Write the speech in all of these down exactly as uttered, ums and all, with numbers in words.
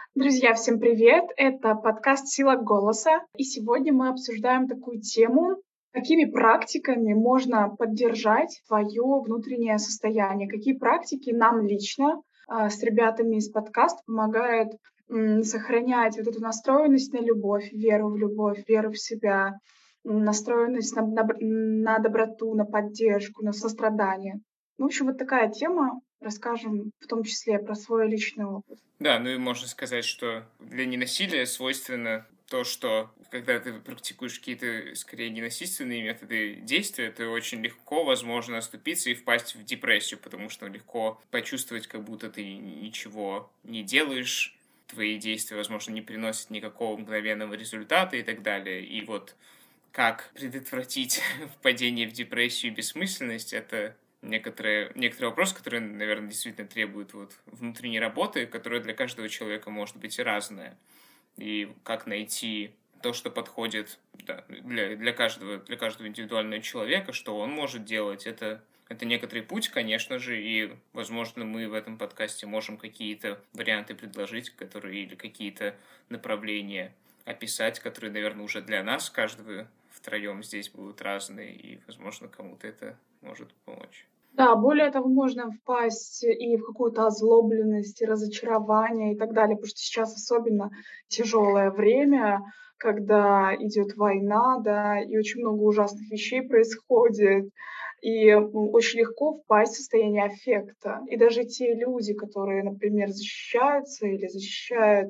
Друзья, всем привет! Это подкаст «Сила голоса». И сегодня мы обсуждаем такую тему, какими практиками можно поддержать твое внутреннее состояние. Какие практики нам лично а, с ребятами из подкаста помогают м, сохранять вот эту настроенность на любовь, веру в любовь, веру в себя, м, настроенность на, на б- на доброту, на поддержку, на сострадание. Ну, в общем, вот такая тема. Расскажем в том числе про свой личный опыт. Да, ну и можно сказать, что для ненасилия свойственно то, что когда ты практикуешь какие-то, скорее, ненасильственные методы действия, то очень легко, возможно, оступиться и впасть в депрессию, потому что легко почувствовать, как будто ты ничего не делаешь, твои действия, возможно, не приносят никакого мгновенного результата и так далее. И вот как предотвратить впадение в депрессию и бессмысленность, это некоторые, некоторые вопросы, которые, наверное, действительно требуют вот внутренней работы, которая для каждого человека может быть разная. И как найти то, что подходит да, для, для, каждого, для каждого индивидуального человека, что он может делать, это, это некоторый путь, конечно же, и, возможно, мы в этом подкасте можем какие-то варианты предложить, которые или какие-то направления описать, которые, наверное, уже для нас, каждого втроем здесь будут разные, и, возможно, кому-то это может помочь. Да, более того, можно впасть и в какую-то озлобленность, и разочарование и так далее, потому что сейчас особенно тяжелое время, когда идет война, да, и очень много ужасных вещей происходит, и м, очень легко впасть в состояние аффекта. И даже те люди, которые, например, защищаются или защищают,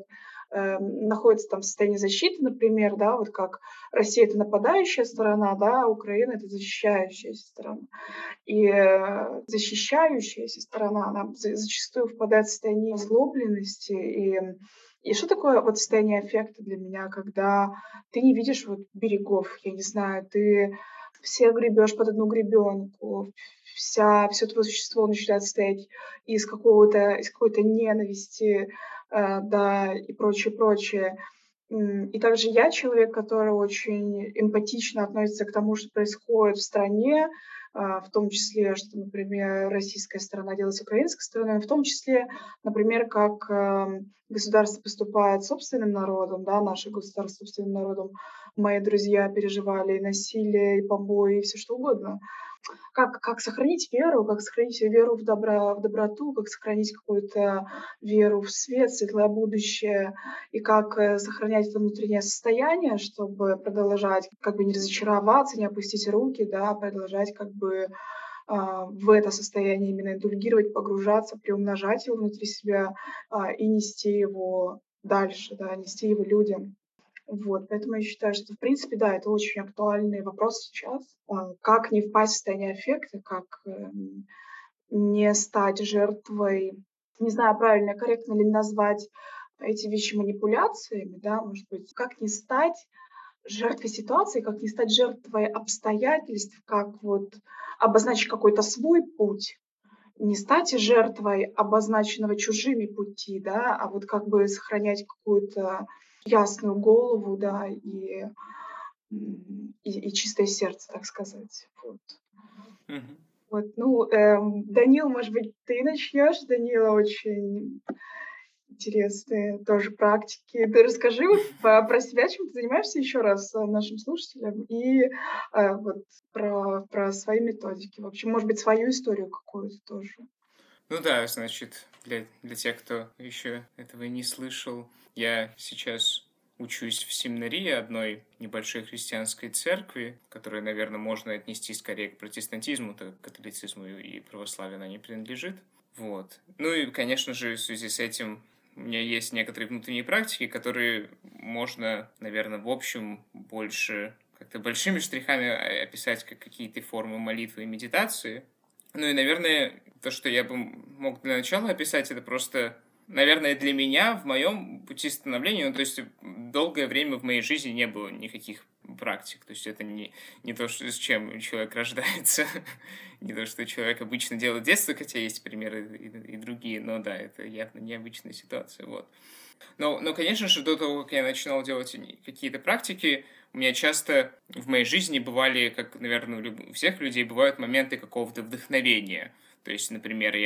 эм, находятся там в состоянии защиты, например, да, вот как Россия — это нападающая сторона, да, а Украина — это защищающаяся сторона. И, э, защищающаяся сторона, она за зачастую впадает в состояние озлобленности. И, и что такое вот состояние аффекта для меня, когда ты не видишь вот берегов, я не знаю, ты все гребешь под одну гребенку, вся все твое существо начинает состоять из какого-то из какой-то ненависти, э, да, и прочее, прочее. М, и также я человек, который очень эмпатично относится к тому, что происходит в стране, а, в том числе, что, например, российская сторона делает с украинской стороной, в том числе, например, как, ам, государство поступает с собственным народом, да, наше государство с собственным народом. Мои друзья переживали и насилие, и побои, и всё что угодно. Как как сохранить веру, как сохранить веру в добра в доброту, как сохранить какую-то веру в свет, светлое будущее, и как, э, сохранять это внутреннее состояние, чтобы продолжать, как бы не разочароваться, не опустить руки, да, продолжать как бы, а, в это состояние именно индульгировать, погружаться, приумножать его внутри себя, а, и нести его дальше, да, нести его людям. Вот, поэтому я считаю, что, в принципе, да, это очень актуальный вопрос сейчас. А, как не впасть в состояние аффекта, как, эм, не стать жертвой. Не знаю, правильно, корректно ли назвать эти вещи манипуляциями, да, может быть. Как не стать жертвой ситуации, как не стать жертвой обстоятельств, как вот обозначить какой-то свой путь, не стать жертвой обозначенного чужими пути, да, а вот как бы сохранять какую-то ясную голову, да, и, м, и и чистое сердце, так сказать. Вот. Мгм. Вот, ну, эм, Данил, может быть, ты начнешь? Данила очень интересные тоже практики. Ты расскажи вот по про себя, чем ты занимаешься еще раз, э, нашим слушателям, и, э, вот про про свои методики. В общем, может быть, свою историю какую-то тоже. Ну да, значит, для, для тех, кто еще этого не слышал, я сейчас учусь в семинарии одной небольшой христианской церкви, которая, наверное, можно отнести скорее к протестантизму, так как к католицизму и православию она не принадлежит. Вот. Ну и, конечно же, в связи с этим у меня есть некоторые внутренние практики, которые можно, наверное, в общем больше как-то большими штрихами а, описать как какие-то формы молитвы и медитации. Ну и, наверное, то, что я бы мог для начала описать, это просто, наверное, для меня в моем пути становления, ну, то есть долгое время в моей жизни не было никаких практик. То есть это не, не то, что, с чем человек рождается, не то, что человек обычно делает в детстве, хотя есть примеры и, и другие, но да, это явно необычная ситуация. Вот. Но, но, конечно же, до того, как я начинал делать какие-то практики, у меня часто в моей жизни бывали, как, наверное, у люб- у всех людей, бывают моменты какого-то вдохновения. То есть, например, я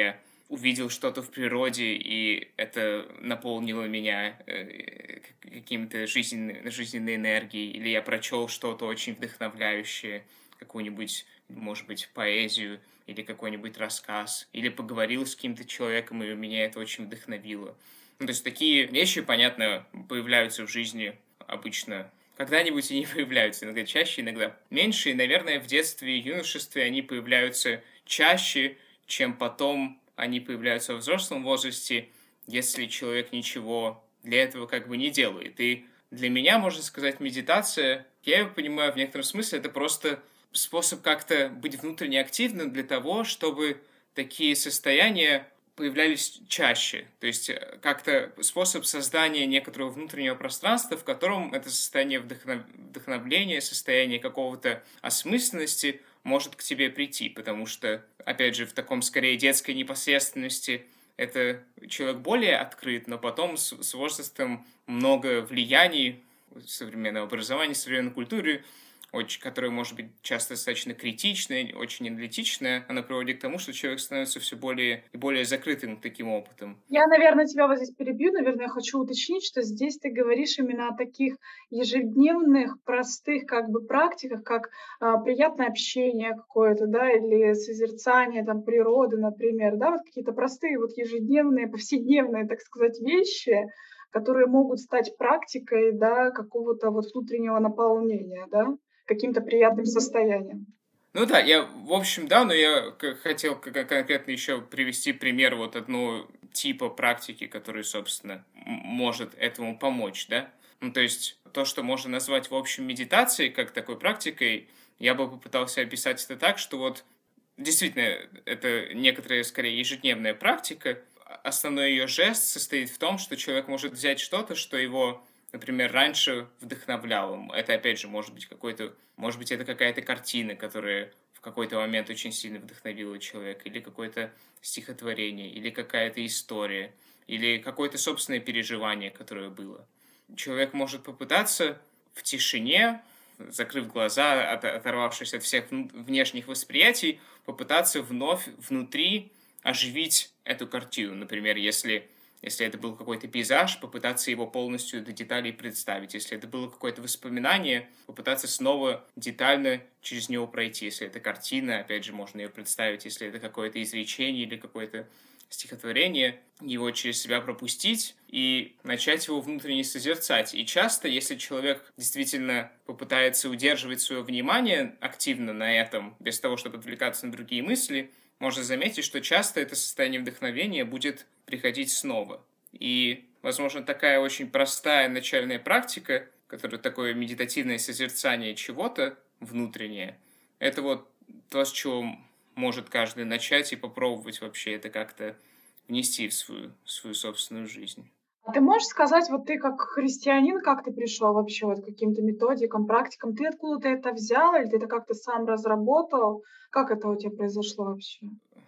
увидел что-то в природе, и это наполнило меня э, к- какими-то жизненной, жизненной энергией, или я прочел что-то очень вдохновляющее, какую-нибудь, может быть, поэзию, или какой-нибудь рассказ, или поговорил с каким-то человеком, и меня это очень вдохновило. Ну, то есть такие вещи, понятно, появляются в жизни обычно когда-нибудь они появляются, иногда чаще, иногда меньше. И, наверное, в детстве и юношестве они появляются чаще, чем потом они появляются в взрослом возрасте, если человек ничего для этого как бы не делает. И для меня, можно сказать, медитация, я ее понимаю в некотором смысле, это просто способ как-то быть внутренне активным для того, чтобы такие состояния появлялись чаще. То есть э, как-то способ создания некоторого внутреннего пространства, в котором это состояние вдохнов- вдохновления, состояние какого-то осмысленности может к тебе прийти. Потому что, опять же, в таком скорее детской непосредственности это человек более открыт, но потом с, с возрастом много влияний современного образования, современной культуры, очень, которая может быть часто достаточно критичная, очень аналитичная, она приводит к тому, что человек становится все более и более закрытым к таким опытам. Я, наверное, тебя вот здесь перебью. Наверное, я хочу уточнить, что здесь ты говоришь именно о таких ежедневных, простых как бы практиках, как, а, приятное общение какое-то, да, или созерцание там природы, например, да, вот какие-то простые вот ежедневные, повседневные, так сказать, вещи, которые могут стать практикой, да, какого-то вот внутреннего наполнения, да, каким-то приятным состоянием. Ну да, я, в общем, да, но я к- хотел к- к- конкретно еще привести пример вот одного типа практики, который, собственно, м- может этому помочь, да. Ну, то есть то, что можно назвать, в общем, медитацией, как такой практикой, я бы попытался описать это так, что вот действительно, это некоторая, скорее, ежедневная практика. А- Основной ее жест состоит в том, что человек может взять что-то, что его, например, раньше вдохновляло. Это, опять же, может быть какой-то, может быть, это какая-то картина, которая в какой-то момент очень сильно вдохновила человека, или какое-то стихотворение, или какая-то история, или какое-то собственное переживание, которое было. Человек может попытаться в тишине, закрыв глаза, от- оторвавшись от всех вну- внешних восприятий, попытаться вновь внутри оживить эту картину. Например, если, если это был какой-то пейзаж, попытаться его полностью до деталей представить. Если это было какое-то воспоминание, попытаться снова детально через него пройти. Если это картина, опять же, можно ее представить. Если это какое-то изречение или какое-то стихотворение, его через себя пропустить и начать его внутренне созерцать. И часто, если человек действительно попытается удерживать свое внимание активно на этом, без того, чтобы отвлекаться на другие мысли, можно заметить, что часто это состояние вдохновения будет приходить снова. И, возможно, такая очень простая начальная практика, которая такое медитативное созерцание чего-то внутреннее, это вот то, с чего может каждый начать и попробовать вообще это как-то внести в свою, в свою собственную жизнь. А ты можешь сказать, вот ты как христианин, как ты пришел вообще вот к каким-то методикам, практикам? Ты откуда-то это взял или ты это как-то сам разработал? Как это у тебя произошло вообще?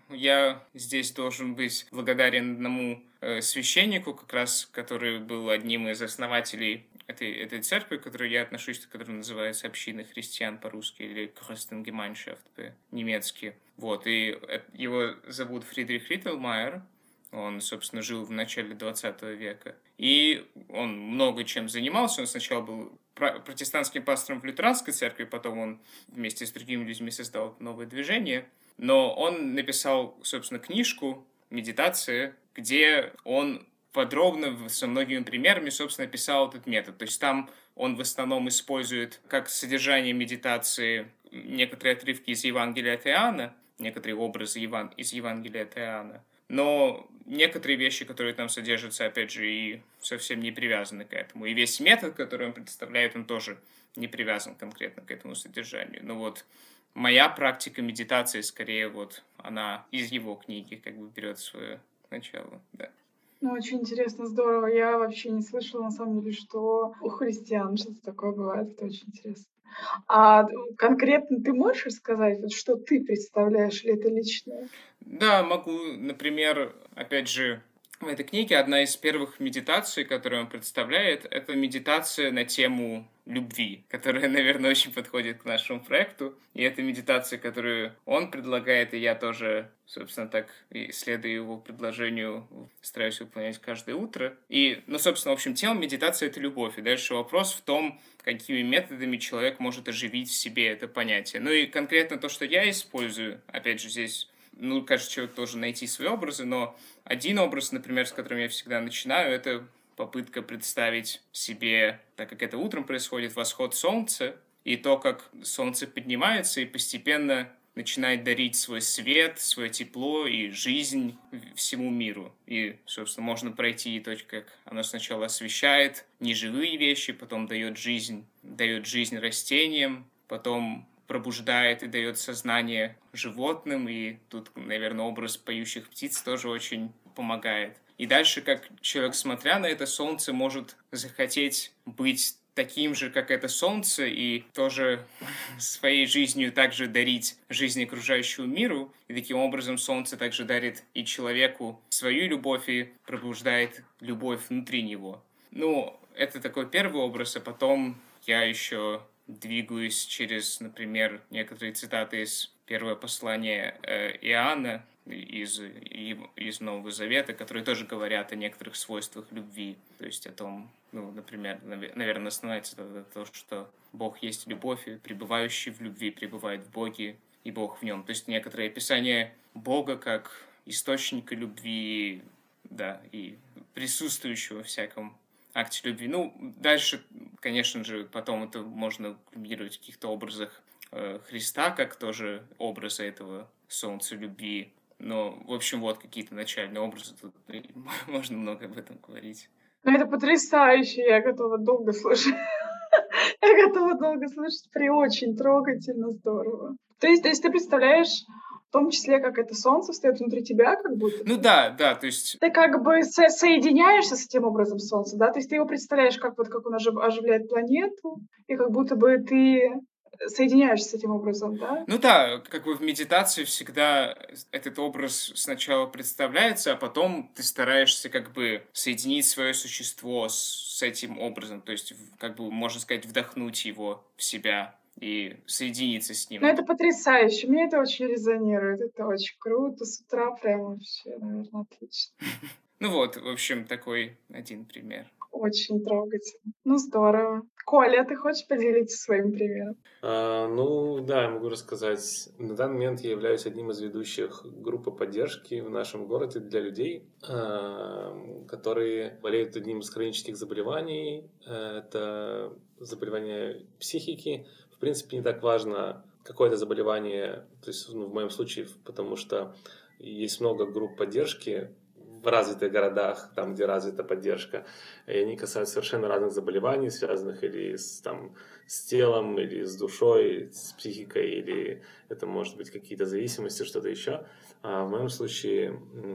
Я здесь должен быть благодарен одному э, священнику, как раз, который был одним из основателей этой, этой церкви, к которой я отношусь, которая называется «Община христиан» по-русски или «Christengemeinschaft» по-немецки. Вот, и э, его зовут Фридрих Риттелмайер. Он, собственно, жил в начале двадцатого века. И он много чем занимался. Он сначала был пра- протестантским пастором в лютеранской церкви, потом он вместе с другими людьми создал новое движение. Но он написал, собственно, книжку «Медитация», где он подробно, в- со многими примерами, собственно, описал этот метод. То есть там он в основном использует как содержание медитации некоторые отрывки из Евангелия от Иоанна, некоторые образы Еван... из Евангелия от Иоанна, но некоторые вещи, которые там содержатся, опять же, и совсем не привязаны к этому. И весь метод, который он представляет, он тоже не привязан конкретно к этому содержанию. Но вот моя практика медитации, скорее, вот она из его книги как бы берет свое начало, да. Ну, очень интересно, здорово. Я вообще не слышала, на самом деле, что у христиан что-то такое бывает. Это очень интересно. А д конкретно ты можешь рассказать, вот что ты представляешь, или это личное? Да, могу, например, опять же, в этой книге одна из первых медитаций, которую он представляет, это медитация на тему любви, которая, наверное, очень подходит к нашему проекту. И это медитация, которую он предлагает, и я тоже, собственно, так и следую его предложению, стараюсь выполнять каждое утро. И, ну, собственно, в общем, тема медитации — это любовь. И дальше вопрос в том, какими методами человек может оживить в себе это понятие. Ну и конкретно то, что я использую, опять же, здесь, ну, каждый человек должен найти свои образы, но один образ, например, с которым я всегда начинаю, это попытка представить себе, так как это утром происходит, восход солнца, и то, как солнце поднимается и постепенно начинает дарить свой свет, свое тепло и жизнь всему миру. И, собственно, можно пройти то, как оно сначала освещает неживые вещи, потом дает жизнь, дает жизнь растениям, потом пробуждает и дает сознание животным, и тут, наверное, образ поющих птиц тоже очень помогает. И дальше, как человек, смотря на это солнце, может захотеть быть таким же, как это солнце, и тоже своей жизнью также дарить жизнь окружающему миру. И таким образом солнце также дарит и человеку свою любовь и пробуждает любовь внутри него. Ну, это такой первый образ, а потом я еще двигаюсь через, например, некоторые цитаты из первого послания э, Иоанна, из, из Нового Завета, которые тоже говорят о некоторых свойствах любви. То есть о том, ну, например, наверное, основная цитата — то, что Бог есть любовь, и пребывающий в любви пребывает в Боге, и Бог в нем. То есть некоторые описания Бога как источника любви, да, и присутствующего во всяком акте любви. Ну, дальше, конечно же, потом это можно кульминировать в каких-то образах э, Христа, как тоже образа этого солнца любви. Но, в общем, вот какие-то начальные образы. Тут можно много об этом говорить. Ну, это потрясающе, я готова долго слушать. Я готова долго слушать, при очень трогательно, здорово. То есть, то есть ты представляешь, в том числе, как это солнце встает внутри тебя, как будто Ну бы? да, да, то есть... Ты как бы со- соединяешься с этим образом солнца, да? То есть ты его представляешь, как вот как он ожив- оживляет планету, и как будто бы ты соединяешься с этим образом, да? Ну да, как бы в медитации всегда этот образ сначала представляется, а потом ты стараешься как бы соединить свое существо с, с этим образом, то есть в- как бы, можно сказать, вдохнуть его в себя и соединиться с Ну, ним. это потрясающе. Мне это очень резонирует. Это очень круто. С утра прям вообще, наверное, отлично. Ну вот, в общем, такой один пример. Очень трогательно. Ну, здорово. Коля, ты хочешь поделиться своим примером? А, ну да, я могу рассказать. На данный момент я являюсь одним из ведущих группы поддержки в нашем городе для людей, а, которые болеют одним из хронических заболеваний. А, Это заболевание психики. В принципе, не так важно, какое это заболевание, то есть ну, в моем случае, потому что есть много групп поддержки в развитых городах, там, где развита поддержка, и они касаются совершенно разных заболеваний, связанных или с, там, с телом, или с душой, с психикой, или это может быть какие-то зависимости, что-то еще. А в моем случае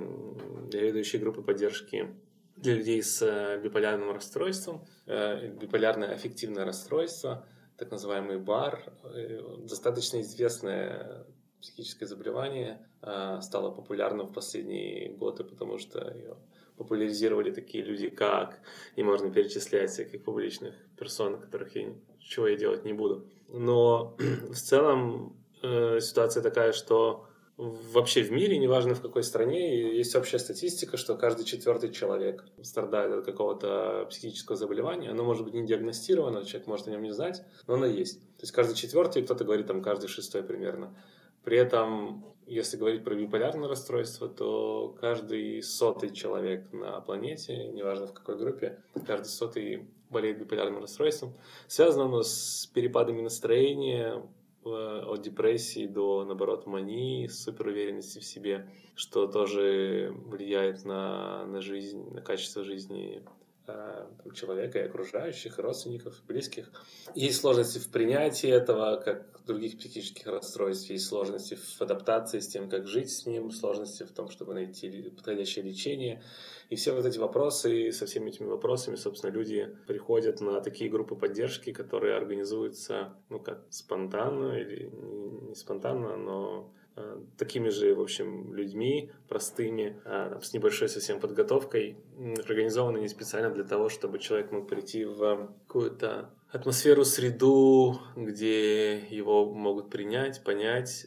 м, я ведущий группы поддержки для людей с э, биполярным расстройством, э, биполярное аффективное расстройство, так называемый БАР, э, достаточно известное психическое заболевание, э, стало популярным в последние годы, потому что ее популяризировали такие люди, как, и можно перечислять всяких публичных персон, которых я чего я делать не буду. Но в целом э, ситуация такая, что вообще в мире, неважно в какой стране, есть общая статистика, что каждый четвертый человек страдает от какого-то психического заболевания. Оно может быть не диагностировано, человек может о нем не знать, но оно есть. То есть каждый четвертый, кто-то говорит там каждый шестой примерно. При этом, если говорить про биполярное расстройство, то каждый сотый человек на планете, неважно в какой группе, каждый сотый болеет биполярным расстройством. Связано оно с перепадами настроения, от депрессии до, наоборот, мании, суперуверенности в себе, что тоже влияет на, на жизнь, на качество жизни человека и окружающих, и родственников, и близких. Есть сложности в принятии этого, как других психических расстройств, есть сложности в адаптации с тем, как жить с ним, сложности в том, чтобы найти подходящее лечение. И все вот эти вопросы, и со всеми этими вопросами, собственно, люди приходят на такие группы поддержки, которые организуются, ну, как спонтанно или не спонтанно, но э, такими же, в общем, людьми, простыми, э, там, с небольшой совсем подготовкой, организованы не специально для того, чтобы человек мог прийти в какую-то атмосферу, среду, где его могут принять, понять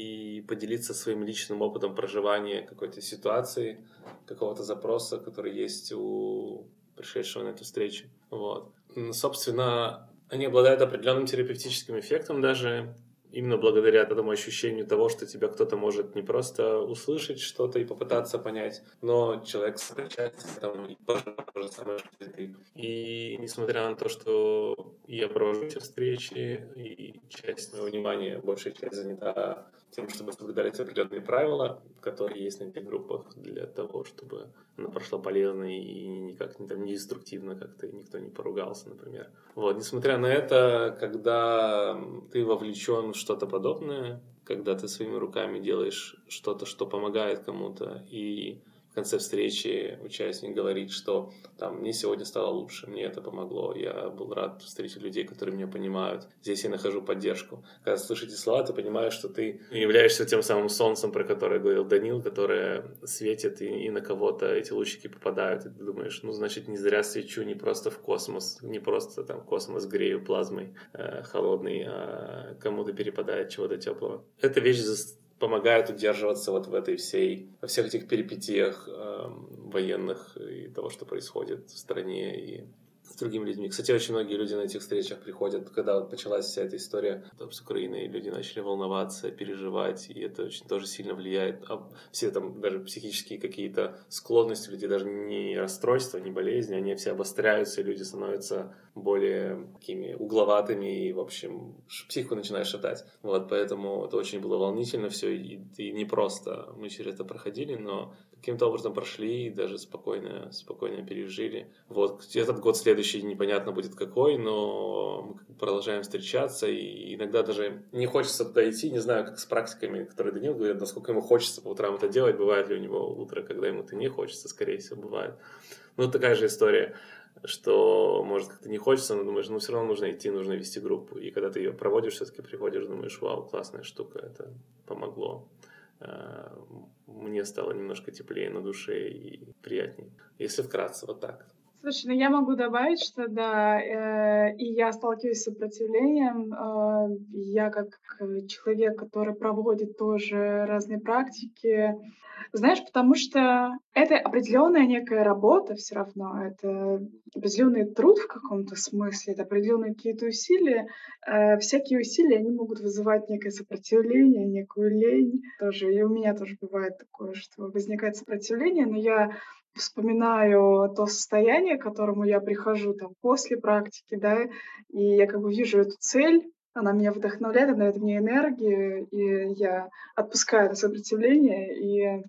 и поделиться своим личным опытом проживания какой-то ситуации, какого-то запроса, который есть у пришедшего на эту встречу. Вот. Собственно, они обладают определенным терапевтическим эффектом даже, именно благодаря этому ощущению того, что тебя кто-то может не просто услышать что-то и попытаться понять, но человек сопротивляется этому и тоже то же самое, что и ты. И несмотря на то, что я провожу эти встречи, и часть моего внимания, большая часть занята тем, чтобы соблюдать определенные правила, которые есть на этих группах, для того, чтобы она прошла полезно и никак не, там, не деструктивно, как-то никто не поругался, например. Вот. Несмотря на это, когда ты вовлечен в что-то подобное, когда ты своими руками делаешь что-то, что помогает кому-то, и в конце встречи участник говорит, что там, мне сегодня стало лучше, мне это помогло, я был рад встретить людей, которые меня понимают, здесь я нахожу поддержку. Когда слышишь эти слова, ты понимаешь, что ты являешься тем самым солнцем, про которое говорил Данил, которое светит, и, и на кого-то эти лучики попадают, и ты думаешь, ну, значит, не зря свечу не просто в космос, не просто там космос грею плазмой э, холодный, а кому-то перепадает чего-то теплого. Эта вещь помогает удерживаться вот в этой всей, во всех этих перипетиях э, военных и того, что происходит в стране и с другими людьми. Кстати, очень многие люди на этих встречах приходят, когда вот началась вся эта история там, с Украиной, люди начали волноваться, переживать, и это очень тоже сильно влияет. А все там даже психические какие-то склонности людей, даже не расстройства, не болезни, они все обостряются, и люди становятся более такими угловатыми, и, в общем, психику начинает шатать. Вот, поэтому это очень было волнительно все, и, и непросто мы через это проходили, но каким-то образом прошли и даже спокойно, спокойно пережили. Вот, этот год следующий непонятно будет какой, но мы продолжаем встречаться, и иногда даже не хочется туда идти, не знаю, как с практиками, которые Данил говорит, насколько ему хочется по утрам это делать, бывает ли у него утро, когда ему это не хочется, скорее всего, бывает. Ну, такая же история, что, может, как-то не хочется, но думаешь, ну, все равно нужно идти, нужно вести группу, и когда ты ее проводишь, все-таки приходишь, думаешь, вау, классная штука, это помогло. Мне стало немножко теплее на душе и приятнее. Если вкратце, вот так. Слушай, ну я могу добавить, что да, э, и я сталкиваюсь с сопротивлением. Э, я как человек, который проводит тоже разные практики, знаешь, потому что это определенная некая работа все равно, это определенный труд в каком-то смысле, это определенные какие-то усилия. Э, всякие усилия, они могут вызывать некое сопротивление, некую лень тоже. И у меня тоже бывает такое, что возникает сопротивление, но я вспоминаю то состояние, к которому я прихожу там после практики, да, и я как бы вижу эту цель, она меня вдохновляет, она дает мне энергию, и я отпускаю это сопротивление и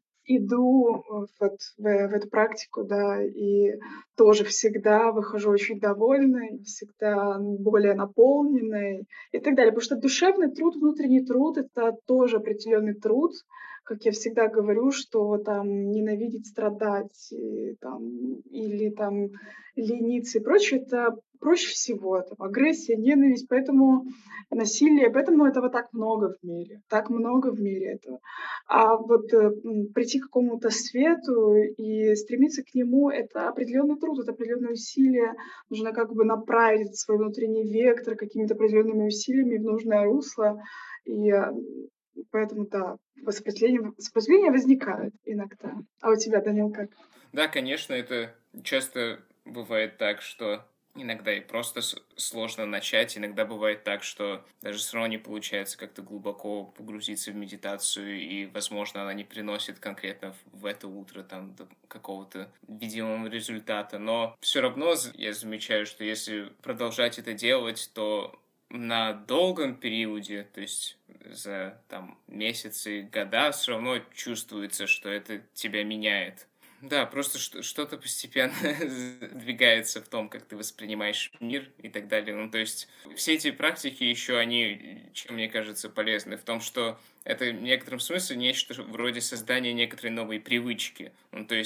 иду вот в, в эту практику, да, и тоже всегда выхожу очень довольной, всегда более наполненной и так далее. Потому что душевный труд, внутренний труд — это тоже определенный труд. Как я всегда говорю, что там ненавидеть, страдать, и, там, или там лениться и прочее — это проще всего. Там, агрессия, ненависть, поэтому насилие, поэтому этого так много в мире, так много в мире этого. А вот э, прийти к какому-то свету и стремиться к нему — это определенный труд, это определенные усилия. Нужно как бы направить свой внутренний вектор какими-то определенными усилиями в нужное русло. И поэтому, да, сопротивление, сопротивление возникает иногда. А у тебя, Данил, как? Да, конечно, это часто бывает так, что иногда и просто сложно начать, иногда бывает так, что даже все равно не получается как-то глубоко погрузиться в медитацию, и, возможно, она не приносит конкретно в это утро там какого-то видимого результата, но все равно я замечаю, что если продолжать это делать, то на долгом периоде, то есть за там месяцы, года, все равно чувствуется, что это тебя меняет. Да, просто что-то постепенно двигается в том, как ты воспринимаешь мир и так далее. Ну, то есть все эти практики еще, они, чем мне кажется, полезны, в том, что это в некотором смысле нечто вроде создания некоторой новой привычки. Ну, то есть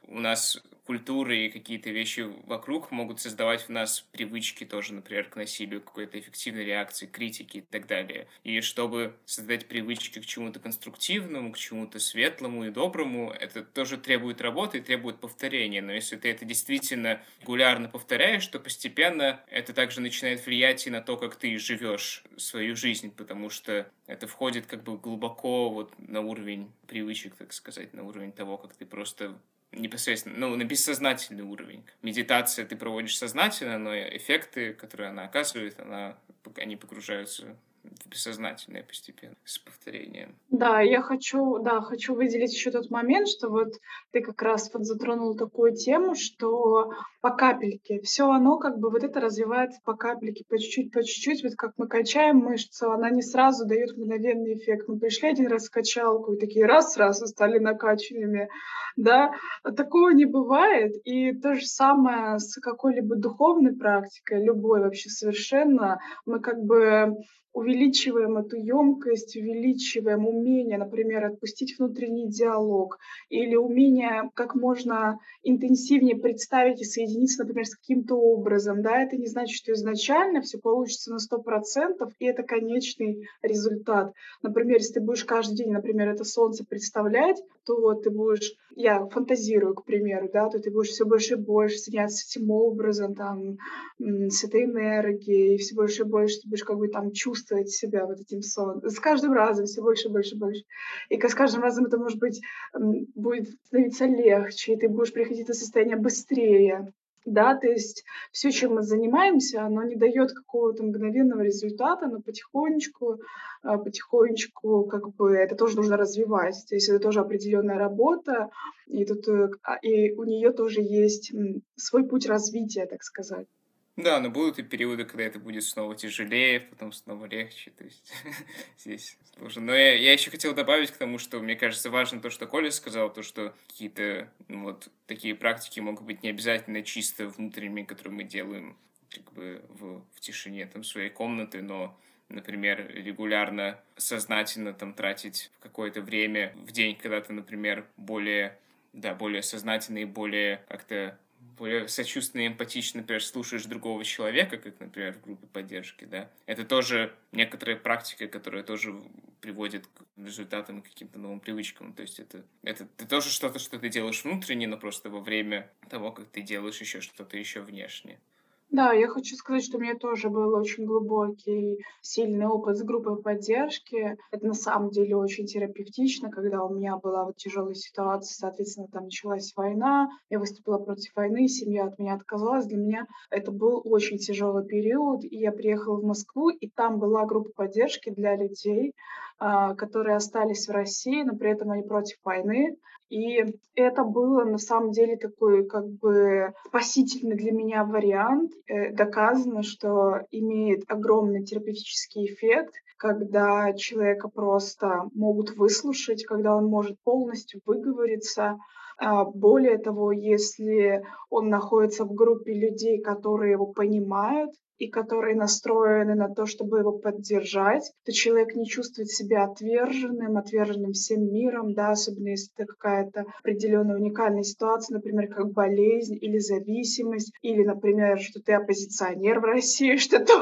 у нас культура и какие-то вещи вокруг могут создавать в нас привычки тоже, например, к насилию, к какой-то эффективной реакции, критике и так далее. И чтобы создать привычки к чему-то конструктивному, к чему-то светлому и доброму, это тоже требует работы и требует повторения. Но если ты это действительно регулярно повторяешь, то постепенно это также начинает влиять и на то, как ты живешь свою жизнь, потому что это входит как бы глубоко вот на уровень привычек, так сказать, на уровень того, как ты просто непосредственно, ну, на бессознательный уровень. Медитация ты проводишь сознательно, но эффекты, которые она оказывает, она, они погружаются в бессознательное постепенно с повторением. Да, я хочу, да, хочу выделить еще тот момент, что вот ты как раз вот затронул такую тему, что по капельке все оно как бы вот это развивается по капельке, по чуть-чуть, по чуть-чуть. Вот как мы качаем мышцу, она не сразу дает мгновенный эффект. Мы пришли один раз в качалку и такие раз сразу стали накачанными, да. А такого не бывает. И то же самое с какой-либо духовной практикой, любой вообще совершенно. Мы как бы увеличиваем эту емкость, увеличиваем умение, например, отпустить внутренний диалог или умение как можно интенсивнее представить и соединиться, например, с каким-то образом. Да, это не значит, что изначально все получится на сто процентов, и это конечный результат. Например, если ты будешь каждый день, например, это солнце представлять, то ты будешь, я фантазирую, к примеру, да, то ты будешь все больше и больше соединяться с этим образом, там, м, с этой энергией, и все больше и больше ты будешь как бы там чувствовать себя вот этим солнцем. С каждым разом все больше и больше и больше. И ка- с каждым разом это, может быть, м, будет становиться легче, и ты будешь приходить в это состояние быстрее. Да, то есть все, чем мы занимаемся, оно не дает какого-то мгновенного результата, но потихонечку, а, потихонечку как бы это тоже нужно развивать. То есть это тоже определенная работа, и тут, э, а, и у нее тоже есть м, свой путь развития, так сказать. Да, но будут и периоды, когда это будет снова тяжелее, потом снова легче. То есть здесь сложно. Но я, я еще хотел добавить к тому, что мне кажется важно то, что Коля сказал, то, что какие-то ну, вот такие практики могут быть не обязательно чисто внутренними, которые мы делаем как бы в, в тишине там, своей комнаты, но, например, регулярно, сознательно там тратить какое-то время в день, когда ты, например, более, да, более сознательно и более как-то более сочувственно и эмпатично, например, слушаешь другого человека, как, например, в группе поддержки, да, это тоже некоторая практика, которая тоже приводит к результатам и каким-то новым привычкам. То есть это, это, это тоже что-то, что ты делаешь внутренне, но просто во время того, как ты делаешь еще что-то еще внешне. Да, я хочу сказать, что у меня тоже был очень глубокий, сильный опыт с группой поддержки. Это на самом деле очень терапевтично, когда у меня была вот тяжелая ситуация, соответственно, там началась война, я выступила против войны, семья от меня отказалась. Для меня это был очень тяжелый период, и я приехала в Москву, и там была группа поддержки для людей, а, которые остались в России, но при этом они против войны. И это было на самом деле такой как бы спасительный для меня вариант. Э, доказано, что имеет огромный терапевтический эффект, когда человека просто могут выслушать, когда он может полностью выговориться. А, более того, если он находится в группе людей, которые его понимают и которые настроены на то, чтобы его поддержать, то человек не чувствует себя отверженным, отверженным всем миром, да, особенно если это какая-то определенная уникальная ситуация, например, как болезнь или зависимость, или, например, что ты оппозиционер в России, что-то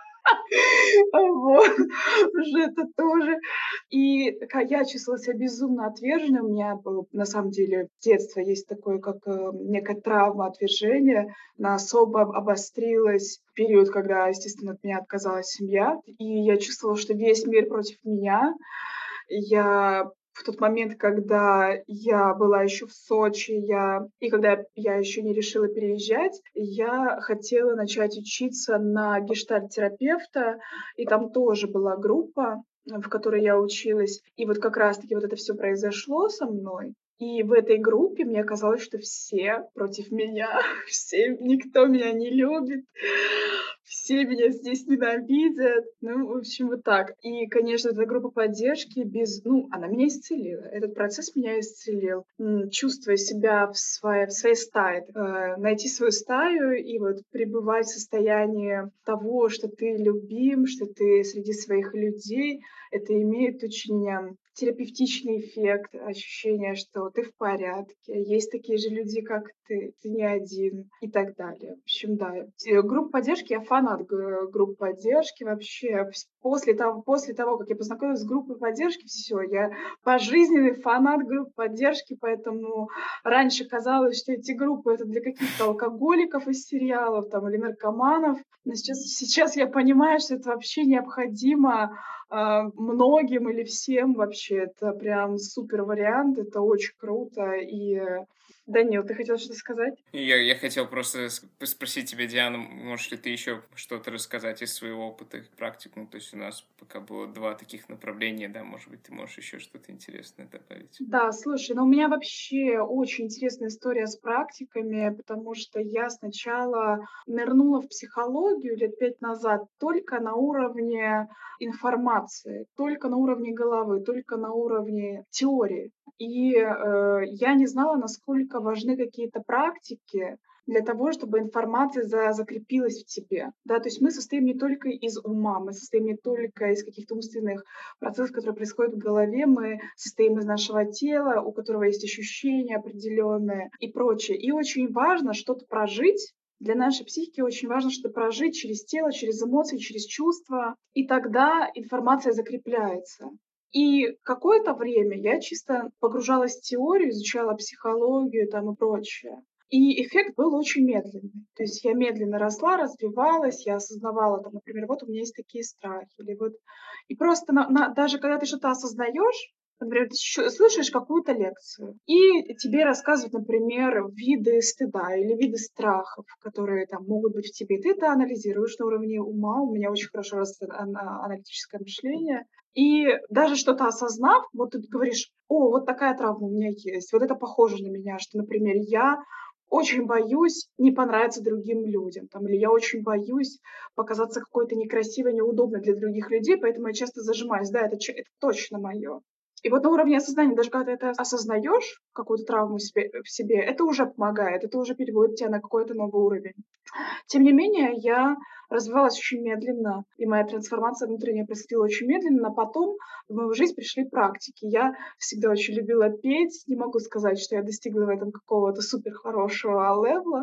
вот, уже это тоже. И ка я чувствовала себя безумно отверженной. У меня был, на самом деле, с детства есть такое, как, э, некая травма отвержения. Она особо об обострилась в период, когда, естественно, от меня отказалась семья. И я чувствовала, что весь мир против меня. Я в тот момент, когда я была еще в Сочи, я и когда я еще не решила переезжать, я хотела начать учиться на гештальт-терапевта, и там тоже была группа, э, в которой я училась. И вот как раз таки вот это все произошло со мной. И в этой группе мне казалось, что все против меня, все никто меня не любит, все меня здесь ненавидят. Ну, в общем, вот так. И, конечно, эта группа поддержки без ну, она меня исцелила. Этот процесс меня исцелил. М, чувствуя себя в своей в своей стае, э, найти свою стаю и вот пребывать в состоянии того, что ты любим, что ты среди своих людей. Это имеет очень, ам, терапевтичный эффект, ощущение, что ты в порядке, есть такие же люди, как ты, ты не один и так далее. В общем, да, те группа поддержки, я фанат г групп поддержки вообще. Вс после того после того, как я познакомилась с группой поддержки, всё, я пожизненный фанат групп поддержки, поэтому раньше казалось, что эти группы — это для каких-то алкоголиков из сериалов там или наркоманов, но сейчас сейчас я понимаю, что это вообще необходимо, а, многим или всем вообще. Это прям супер вариант, это очень круто. И, э Данил, ты хотел что-то сказать? Я я хотел просто с спросить тебя, Диана, можешь ли ты еще что-то рассказать из своего опыта и практик? Ну, то есть у нас пока было два таких направления, да, может быть, ты можешь еще что-то интересное добавить? Да, слушай, ну у меня вообще очень интересная история с практиками, потому что я сначала нырнула в психологию лет пять назад только на уровне информации, только на уровне головы, только на уровне теории. И, э, я не знала, насколько важны какие-то практики для того, чтобы информация за закрепилась в тебе. Да, то есть мы состоим не только из ума, мы состоим не только из каких-то умственных процессов, которые происходят в голове, мы состоим из нашего тела, у которого есть ощущения определенные и прочее. И очень важно что-то прожить. Для нашей психики очень важно что-то прожить через тело, через эмоции, через чувства, и тогда информация закрепляется. И какое-то время я чисто погружалась в теорию, изучала психологию там и прочее. И эффект был очень медленный. То есть я медленно росла, развивалась, я осознавала, там, например, вот у меня есть такие страхи, или вот и просто на на даже когда ты что-то осознаешь, например, ты щ слушаешь какую-то лекцию, и тебе рассказывают, например, виды стыда или виды страхов, которые там могут быть в тебе. Ты это анализируешь на уровне ума. У меня очень хорошо развито ана аналитическое мышление. И даже что-то осознав, вот ты говоришь: "О, вот такая травма у меня есть, вот это похоже на меня", что, например, я очень боюсь не понравиться другим людям, там, или я очень боюсь показаться какой-то некрасивой, неудобной для других людей, поэтому я часто зажимаюсь. Да, это ч это точно моё. И вот на уровне осознания, даже когда ты это осознаешь, какую-то травму себе в себе, это уже помогает, это уже переводит тя на какой-то новый уровень. Тем не менее, я развивалась очень медленно, и моя трансформация внутренняя происходила очень медленно. Потом в мою жизнь пришли практики. Я всегда очень любила петь. Не могу сказать, что я достигла в этом какого-то супер хорошего левела,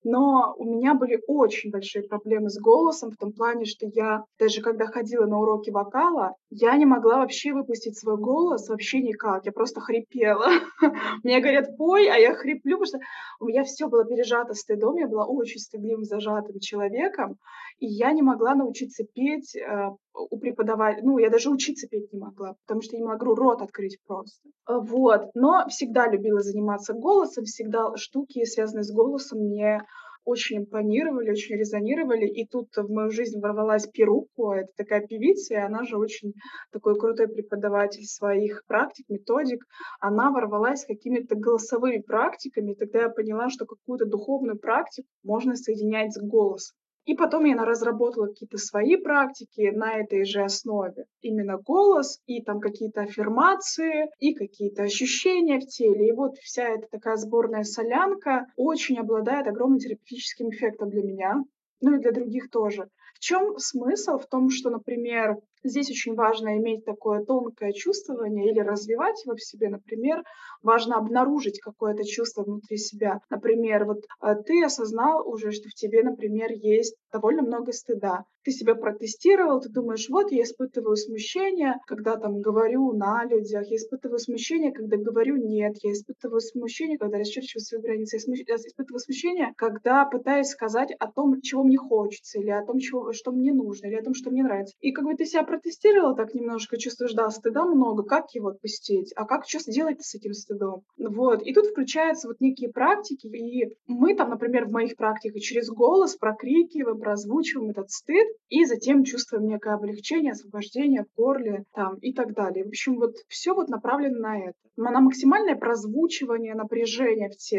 но у меня были очень большие проблемы с голосом в том плане, что я даже когда ходила на уроки вокала, я не могла вообще выпустить свой голос вообще никак. Я просто хрипела. Мне говорят: "Пой", а я хриплю, потому что у меня всё было пережато стыдом. Я была очень стыдливым, зажатым человеком, и я не могла научиться петь, э, у преподава ну, я даже учиться петь не могла, потому что я не могу рот открыть просто. Э, вот, но всегда любила заниматься голосом, всегда штуки, связанные с голосом, мне очень импонировали, очень резонировали. И тут в мою жизнь ворвалась Перуко. Это такая певица, и она же очень такой крутой преподаватель своих практик, методик. Она ворвалась с какими-то голосовыми практиками, и тогда я поняла, что какую-то духовную практику можно соединять с голосом. И потом я на разработала какие-то свои практики на этой же основе. Именно голос и там какие-то аффирмации, и какие-то ощущения в теле. И вот вся эта такая сборная солянка очень обладает огромным терапевтическим эффектом для меня, ну и для других тоже. В чём смысл? В том, что, например, здесь очень важно иметь такое тонкое чувствование или развивать его в себе. Например, важно обнаружить какое-то чувство внутри себя. Например, вот, э, ты осознал уже, что в тебе, например, есть довольно много стыда. Ты себя протестировал, ты думаешь: "Вот я испытываю смущение, когда там говорю на людях, я испытываю смущение, когда говорю нет, я испытываю смущение, когда расчерчиваю свои границы, я смущ я испытываю смущение, когда пытаюсь сказать о том, чего мне хочется, или о том, чего что мне нужно, или о том, что мне нравится". И как бы ты себя протестировал так немножко, чувствуешь, да, стыда много, как его отпустить? А как чё сделать-то с этим стыдом? Вот, и тут включаются вот некие практики, и мы там, например, в моих практиках через голос прокрикиваем, прозвучиваем этот стыд, и затем чувствуем некое облегчение, освобождение в горле там и так далее. В общем, вот всё вот направлено на это. На на максимальное прозвучивание напряжения в теле.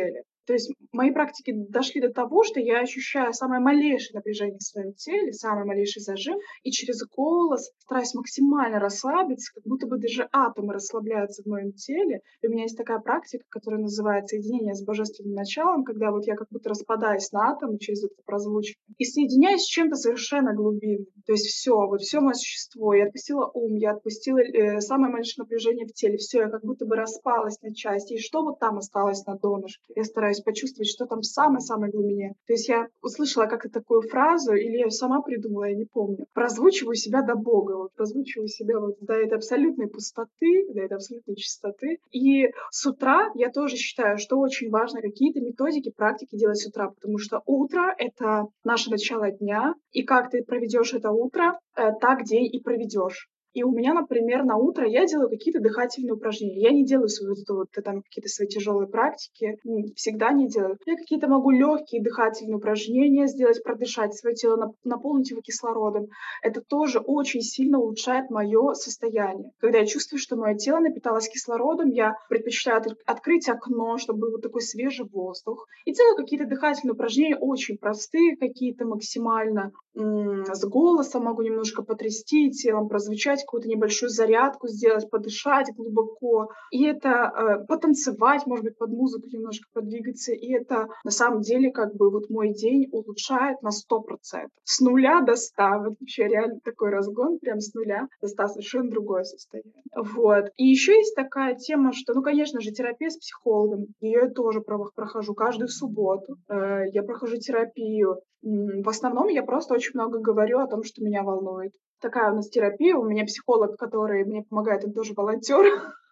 То есть мои практики дошли до того, что я ощущаю самое малейшее напряжение в своем теле, самый малейший зажим, и через голос стараюсь максимально расслабиться, как будто бы даже атомы расслабляются в моем теле. И у меня есть такая практика, которая называется «Единение с божественным началом», когда вот я как будто распадаюсь на атомы через это прозвучивание и соединяюсь с чем-то совершенно глубинным. То есть все, вот все мое существо. Я отпустила ум, я отпустила э, самое малейшее напряжение в теле. Все, я как будто бы распалась на части. И что вот там осталось на донышке? Я стараюсь почувствовать, что там в самой-самой глубине. То есть я услышала как-то такую фразу, или я её сама придумала, я не помню. Прозвучиваю себя до Бога, вот прозвучиваю себя вот до этой абсолютной пустоты, до этой абсолютной чистоты. И с утра я тоже считаю, что очень важно какие-то методики, практики делать с утра, потому что утро — это наше начало дня, и как ты проведешь это утро, э, так день и проведешь. И у меня, например, на утро я делаю какие-то дыхательные упражнения. Я не делаю свои вот это вот, э, там какие-то свои тяжелые практики, м, всегда не делаю. Я какие-то могу легкие дыхательные упражнения сделать, продышать свое тело, нап- наполнить его кислородом. Это тоже очень сильно улучшает мое состояние. Когда я чувствую, что мое тело напиталось кислородом, я предпочитаю от- открыть окно, чтобы был вот такой свежий воздух. И делаю какие-то дыхательные упражнения, очень простые, какие-то максимально м, с голосом, могу немножко потрясти телом, прозвучать, какую-то небольшую зарядку сделать, подышать глубоко. И это э, потанцевать, может быть, под музыку немножко подвигаться. И это на самом деле как бы вот мой день улучшает на сто процентов. С нуля до ста. Вот вообще реально такой разгон прям с нуля до ста. Совершенно другое состояние. Вот. И еще есть такая тема, что, ну, конечно же, терапия с психологом. Ее я тоже про- прохожу каждую субботу. Э, Я прохожу терапию. М, В основном я просто очень много говорю о том, что меня волнует. Такая у нас терапия. У меня психолог, который мне помогает, он тоже волонтер.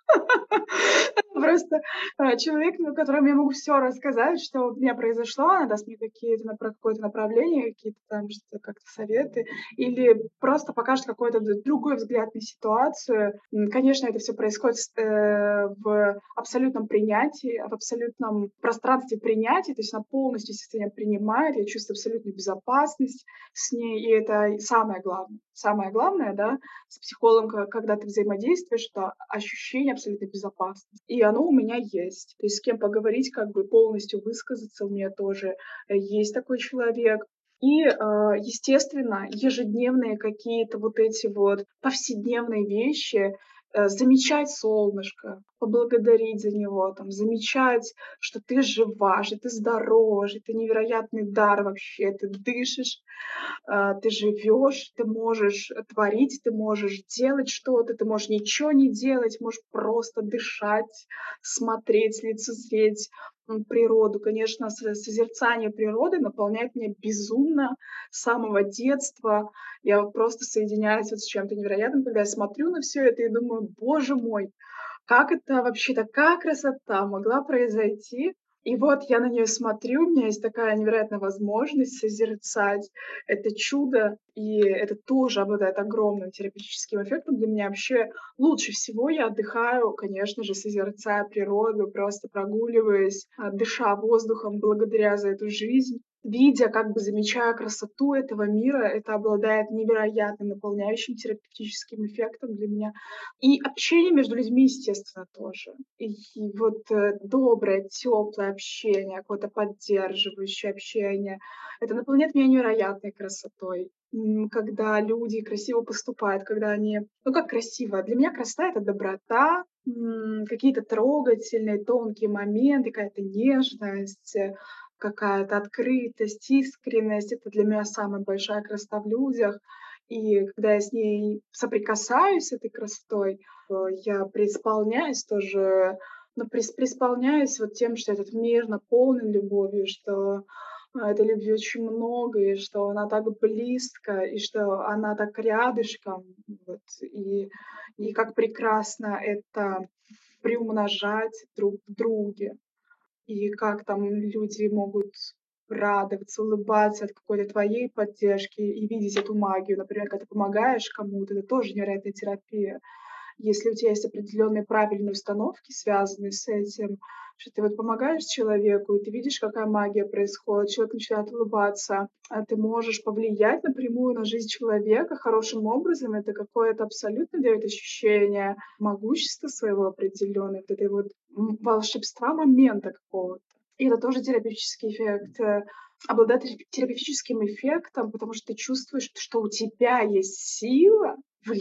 Просто, а, человек, ну, которому я могу все рассказать, что у меня произошло. Она даст мне какие-то на про какое-то направление, какие-то там что-то как-то советы или просто покажет какой-то д другой взгляд на ситуацию. М, конечно, это все происходит с э, в абсолютном принятии, в абсолютном пространстве принятия. То есть она полностью, естественно, меня принимает. Я чувствую абсолютную безопасность с ней, и это самое главное. Самое главное, да, с психологом, ка когда ты взаимодействуешь, это ощущение абсолютной безопасности. И оно у меня есть. То есть с кем поговорить, как бы полностью высказаться, у меня тоже, э, есть такой человек. И, а, естественно, ежедневные какие-то вот эти вот повседневные вещи, э, замечать солнышко, поблагодарить за него, там, замечать, что ты жива, что ты здорова, что это невероятный дар вообще, ты дышишь, а, ты живешь, ты можешь э, творить, ты можешь делать что-то, ты можешь ничего не делать, можешь просто дышать, смотреть, лицезреть м, природу. Конечно, со- созерцание природы наполняет меня безумно с самого детства. Я вот просто соединяюсь вот с чем-то невероятным, когда я смотрю на все это и думаю, боже мой, как это вообще такая красота могла произойти? И вот я на нее смотрю, у меня есть такая невероятная возможность созерцать это чудо, и это тоже обладает огромным терапевтическим эффектом. Для меня вообще лучше всего я отдыхаю, конечно же, созерцая природу, просто прогуливаясь, а, дыша воздухом, благодаря за эту жизнь. Видя, как бы замечая красоту этого мира, это обладает невероятным наполняющим терапевтическим эффектом для меня. И общение между людьми, естественно, тоже. И вот, э, доброе, теплое общение, какое-то поддерживающее общение. Это наполняет меня невероятной красотой. М, когда люди красиво поступают, когда они ну, как красиво? Для меня красота — это доброта, м, какие-то трогательные, тонкие моменты, какая-то нежность, э, какая-то открытость, искренность. Это для меня самая большая красота в людях. И когда я с ней соприкасаюсь, с этой красотой, э, я преисполняюсь тоже, ну, прис преисполняюсь вот тем, что этот мир наполнен любовью, что, а, этой любви очень много, и что она так близко, и что она так рядышком. Вот. И и как прекрасно это приумножать друг в друге. И как там люди могут радоваться, улыбаться от какой-то твоей поддержки и видеть эту магию. Например, когда ты помогаешь кому-то, это тоже невероятная терапия. Если у тебя есть определенные правильные установки, связанные с этим, что ты вот помогаешь человеку, и ты видишь, какая магия происходит, человек начинает улыбаться, а ты можешь повлиять напрямую на жизнь человека хорошим образом. Это какое-то абсолютно дает ощущение могущества своего определенного, вот этой вот м, волшебства момента какого-то. И это тоже терапевтический эффект. Э, обладает терапе терапевтическим эффектом, потому что ты чувствуешь, что у тебя есть сила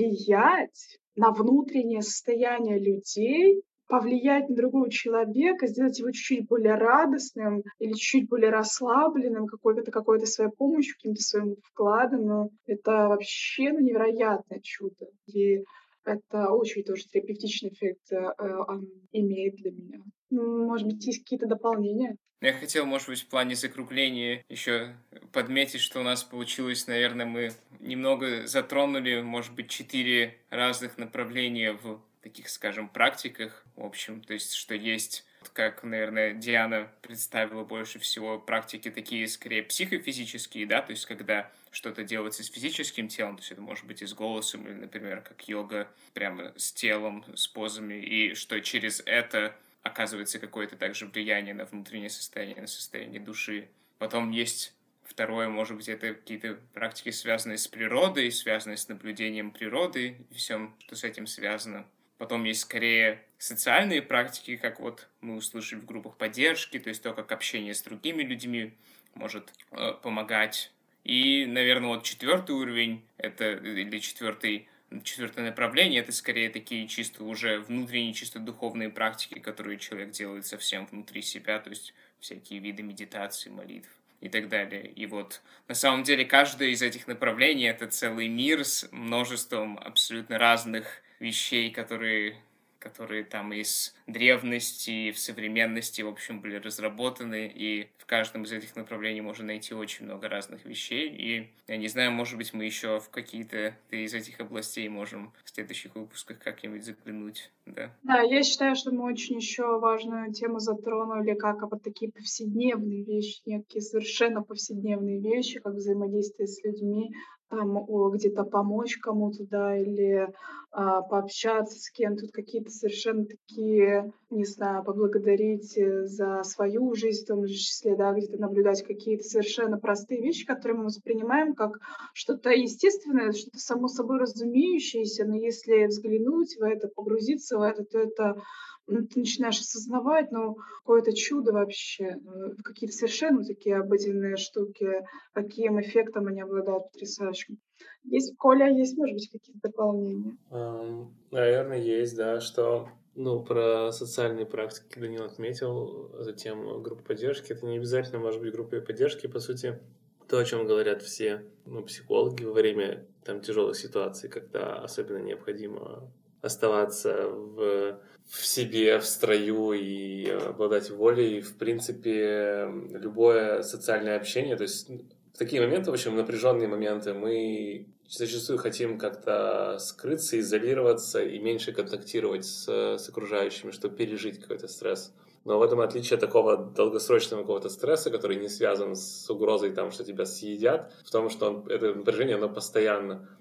влиять на внутреннее состояние людей, повлиять на другого человека, сделать его чуть-чуть более радостным или чуть-чуть более расслабленным какой-то какой-то своей помощью, каким-то своим вкладом. Ну, это вообще, ну, невероятное чудо. И это очень тоже терапевтичный эффект, э, э, он имеет для меня. М, может быть, есть какие-то дополнения? Я хотел, может быть, в плане закругления еще подметить, что у нас получилось, наверное, мы немного затронули, может быть, четыре разных направления в таких, скажем, практиках, в общем, то есть, что есть, вот как, наверное, Диана представила больше всего, практики такие, скорее, психофизические, да, то есть, когда что-то делается с физическим телом, то есть, это может быть и с голосом, или, например, как йога, прямо с телом, с позами, и что через это оказывается какое-то также влияние на внутреннее состояние, на состояние души. Потом есть второе, может быть, это какие-то практики, связанные с природой, связанные с наблюдением природы и всем, что с этим связано. Потом есть скорее социальные практики, как вот мы услышали в группах поддержки, то есть то, как общение с другими людьми может э, помогать. И, наверное, вот четвертый уровень, это или четвертый Четвертое направление — это скорее такие чисто уже внутренние, чисто духовные практики, которые человек делает совсем внутри себя, то есть всякие виды медитации, молитв и так далее. И вот на самом деле каждое из этих направлений — это целый мир с множеством абсолютно разных вещей, которые которые там из древности и в современности, в общем, были разработаны, и в каждом из этих направлений можно найти очень много разных вещей, и, я не знаю, может быть, мы еще в какие-то из этих областей можем в следующих выпусках как-нибудь заглянуть, да. Да, я считаю, что мы очень еще важную тему затронули, как вот такие повседневные вещи, некие совершенно повседневные вещи, как взаимодействие с людьми, там, о, где-то помочь кому-то, да, или а, пообщаться с кем-то, тут какие-то совершенно такие, не знаю, поблагодарить э, за свою жизнь, в том же числе, да, где-то наблюдать какие-то совершенно простые вещи, которые мы воспринимаем как что-то естественное, что-то само собой разумеющееся, но если взглянуть в это, погрузиться в это, то это, м, ты начинаешь осознавать, ну, какое-то чудо вообще, э, какие-то совершенно такие обыденные штуки, каким эффектом они обладают потрясающим. Есть, Коля, есть, может быть, какие-то дополнения? Ам, Наверное, есть, да, что, ну, про социальные практики Данил отметил, затем группа поддержки. Это не обязательно может быть группой поддержки, по сути, то, о чем говорят все, ну, психологи во время там тяжелых ситуаций, когда особенно необходимо оставаться в, в себе, в строю и обладать волей. В принципе, любое социальное общение, то есть в такие моменты, в общем, напряженные моменты, мы зачастую хотим как-то скрыться, изолироваться и меньше контактировать с, с окружающими, чтобы пережить какой-то стресс. Но в этом отличие такого долгосрочного какого-то стресса, который не связан с угрозой, там, что тебя съедят, в том, что он, это напряжение, оно постоянно.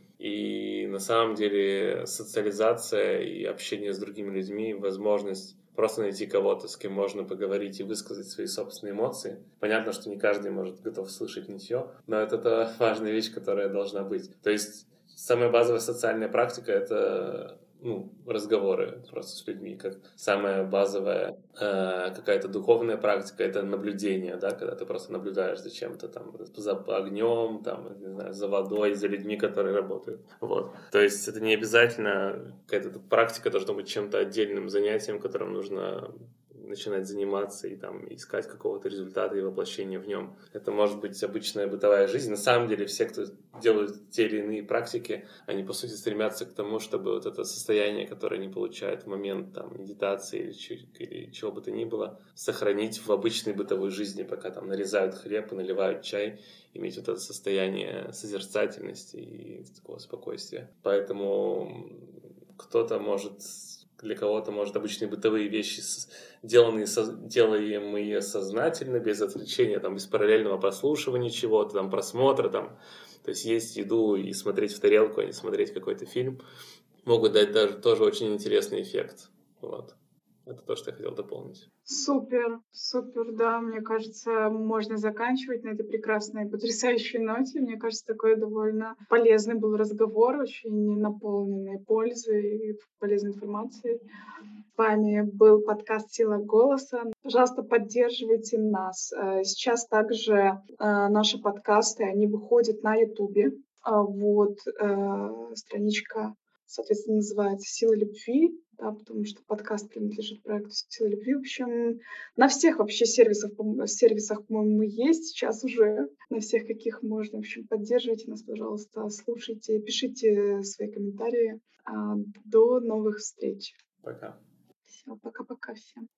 И на самом деле социализация и общение с другими людьми, возможность просто найти кого-то, с кем можно поговорить и высказать свои собственные эмоции. Понятно, что не каждый может готов слышать нытье, но это, это важная вещь, которая должна быть. То есть самая базовая социальная практика — это, ну, разговоры просто с людьми, как самая базовая э, какая-то духовная практика — это наблюдение, да, когда ты просто наблюдаешь за чем-то там, за огнем, там, не знаю, за водой, за людьми, которые работают. Вот. То есть это не обязательно какая-то практика должна быть чем-то отдельным занятием, которым нужно начинать заниматься и там искать какого-то результата и воплощения в нем. Это может быть обычная бытовая жизнь. На самом деле все, кто делают те или иные практики, они по сути стремятся к тому, чтобы вот это состояние, которое они получают в момент там медитации или, ч- или чего бы то ни было, сохранить в обычной бытовой жизни, пока там нарезают хлеб и наливают чай, иметь вот это состояние созерцательности и такого спокойствия. Поэтому кто-то может, для кого-то, может, обычные бытовые вещи, деланные, делаемые сознательно, без отвлечения, там, без параллельного прослушивания чего-то, там, просмотра, там, то есть есть еду и смотреть в тарелку, а не смотреть какой-то фильм, могут дать даже тоже очень интересный эффект. Вот. Это то, что я хотел дополнить. Супер, супер, да, мне кажется, можно заканчивать на этой прекрасной, потрясающей ноте. Мне кажется, такой довольно полезный был разговор, очень наполненный пользой и полезной информацией. вами был подкаст «Сила голоса». Пожалуйста, поддерживайте нас. Э, Сейчас также э, наши подкасты, они выходят на Ютубе. А, Вот, э, страничка, соответственно, называется «Сила любви», да, потому что подкаст принадлежит проекту «Сила любви». В общем, на всех вообще сервисах, по-мо- сервисах, по-моему, мы есть сейчас уже, на всех, каких можно. В общем, поддерживайте нас, пожалуйста, слушайте, пишите свои комментарии. А, До новых встреч. Пока. Все, пока-пока всем.